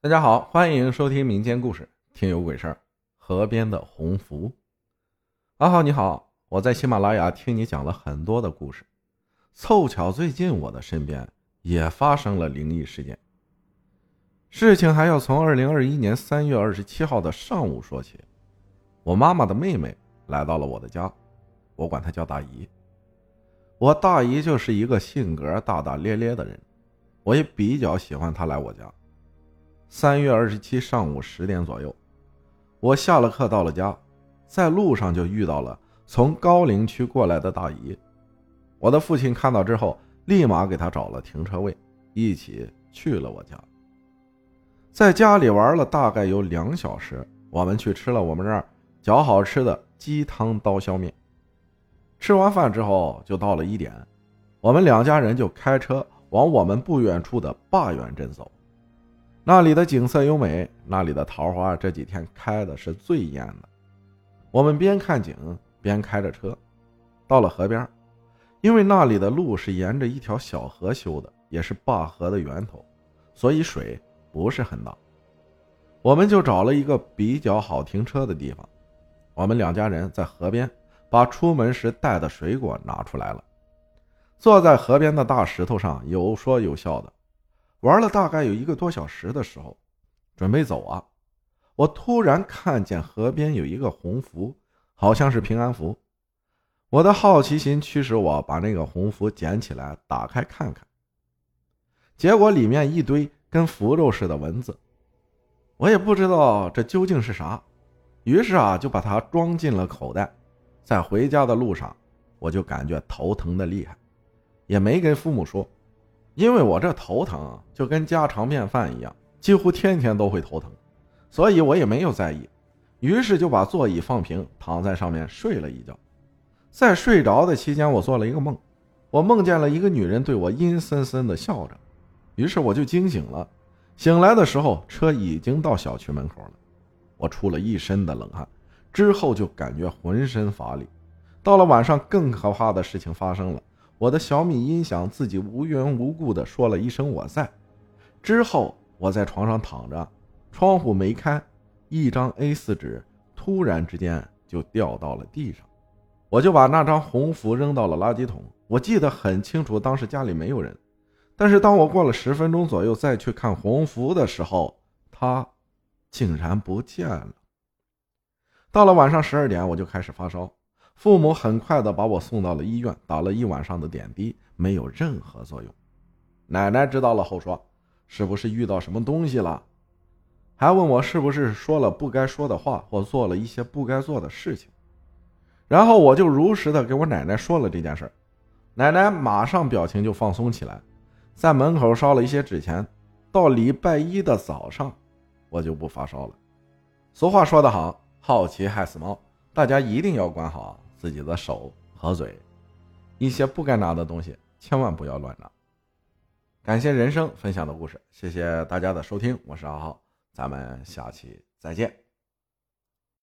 大家好，欢迎收听民间故事，听有鬼事儿。河边的红福。阿浩你好，我在喜马拉雅听你讲了很多的故事，凑巧最近我的身边也发生了灵异事件。事情还要从2021年3月27号的上午说起。我妈妈的妹妹来到了我的家，我管她叫大姨。我大姨就是一个性格大大咧咧的人，我也比较喜欢她来我家。3月27上午10点左右，我下了课到了家，在路上就遇到了从高陵区过来的大姨。我的父亲看到之后，立马给他找了停车位，一起去了我家。在家里玩了大概有2小时，我们去吃了我们这儿较好吃的鸡汤刀削面。吃完饭之后就到了1点，我们2家人就开车往我们不远处的坝源镇走。那里的景色优美，那里的桃花这几天开的是最艳的。我们边看景边开着车，到了河边，因为那里的路是沿着一条小河修的，也是坝河的源头，所以水不是很大。我们就找了一个比较好停车的地方，我们2家人在河边把出门时带的水果拿出来了，坐在河边的大石头上有说有笑的玩了大概有1个多小时的时候，准备走啊，我突然看见河边有一个红符，好像是平安符。我的好奇心驱使我把那个红符捡起来打开看看，结果里面一堆跟符咒似的文字，我也不知道这究竟是啥，于是就把它装进了口袋。在回家的路上我就感觉头疼的厉害，也没跟父母说，因为我这头疼就跟家常便饭一样，几乎天天都会头疼，所以我也没有在意，于是就把座椅放平，躺在上面睡了一觉。在睡着的期间，我做了一个梦，我梦见了一个女人对我阴森森的笑着，于是我就惊醒了。醒来的时候，车已经到小区门口了，我出了一身的冷汗，之后就感觉浑身乏力。到了晚上，更可怕的事情发生了，我的小米音响自己无缘无故地说了一声我在。之后我在床上躺着，窗户没开，一张 A4 纸突然之间就掉到了地上，我就把那张红符扔到了垃圾桶。我记得很清楚，当时家里没有人，但是当我过了10分钟左右再去看红符的时候，它竟然不见了。到了晚上12点，我就开始发烧，父母很快的把我送到了医院，打了1晚上的点滴，没有任何作用。奶奶知道了后说，是不是遇到什么东西了，还问我是不是说了不该说的话，或做了一些不该做的事情。然后我就如实的给我奶奶说了这件事，奶奶马上表情就放松起来，在门口烧了一些纸钱。到礼拜1的早上，我就不发烧了。俗话说得好，好奇害死猫，大家一定要管好自己的手和嘴，一些不该拿的东西千万不要乱拿。感谢人生分享的故事，谢谢大家的收听，我是阿浩，咱们下期再见。